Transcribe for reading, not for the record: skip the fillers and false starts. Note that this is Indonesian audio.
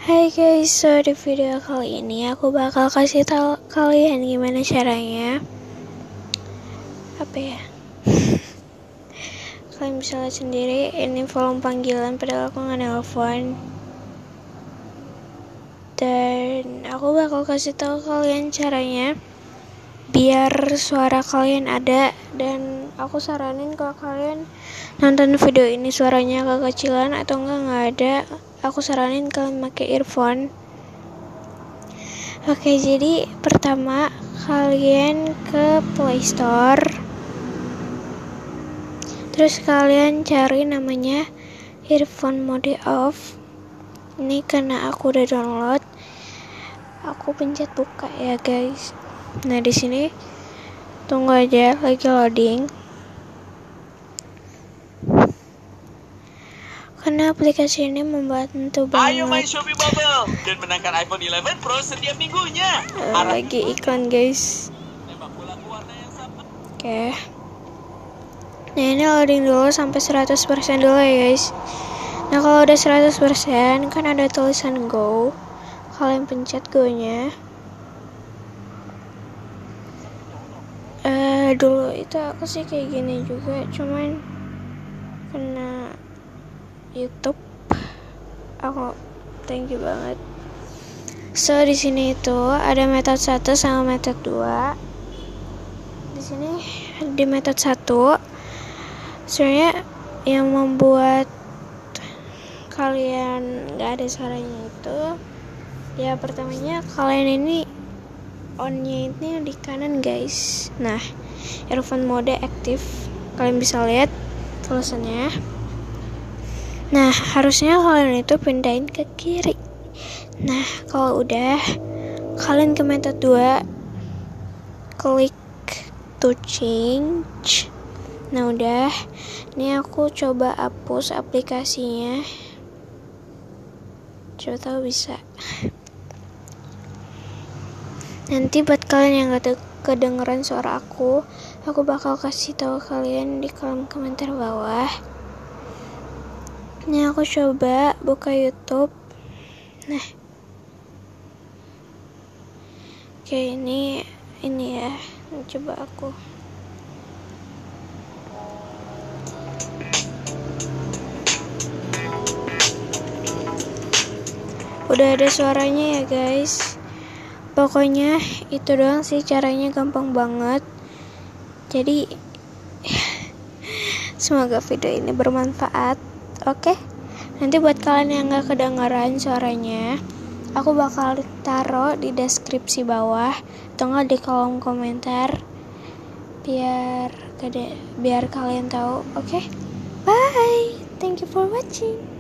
Hai guys, so di video kali ini aku bakal kasih tahu kalian gimana caranya kalian bisa lihat sendiri ini volume panggilan padahal aku nggak nelfon, dan aku bakal kasih tahu kalian caranya biar suara kalian ada. Dan aku saranin kalau kalian nonton video ini suaranya kekecilan atau nggak ada, aku saranin kalian pakai earphone. Oke, jadi pertama kalian ke Play Store, terus kalian cari namanya earphone mode off. Ini karena aku udah download, aku pencet buka ya guys. Nah di sini tunggu aja, lagi loading. Karena aplikasi ini membantu banget. Ayo main Shopee Bubble dan menangkan iPhone 11 Pro setiap minggunya. Lagi iklan guys. Oke. Nah ini loading dulu sampai 100% dulu ya guys. Nah kalau udah 100% kan ada tulisan go. Kalian pencet go nya. Dulu itu aku sih kayak gini juga, cuman kena YouTube aku thank you banget. So di sini itu ada metode 1 sama metode 2. Di sini di metode 1 sebenarnya yang membuat kalian nggak ada suaranya itu ya, pertamanya kalian ini on-nya ini di kanan guys. Nah earphone mode aktif, kalian bisa lihat tulisannya. Nah harusnya kalian itu pindahin ke kiri. Nah kalau udah, kalian ke metode 2, klik to change. Nah udah, ini aku coba hapus aplikasinya, coba tahu bisa. Nanti buat kalian yang gak kedengeran suara aku bakal kasih tahu kalian di kolom komentar bawah. Ini aku coba buka YouTube. Nah, oke ini ya, coba aku. Udah ada suaranya ya guys. Pokoknya itu doang sih caranya, gampang banget. Jadi semoga video ini bermanfaat. Oke, nanti buat kalian yang gak kedengaran suaranya, aku bakal taruh di deskripsi bawah atau nggak di kolom komentar biar kalian tahu. Oke, bye, thank you for watching.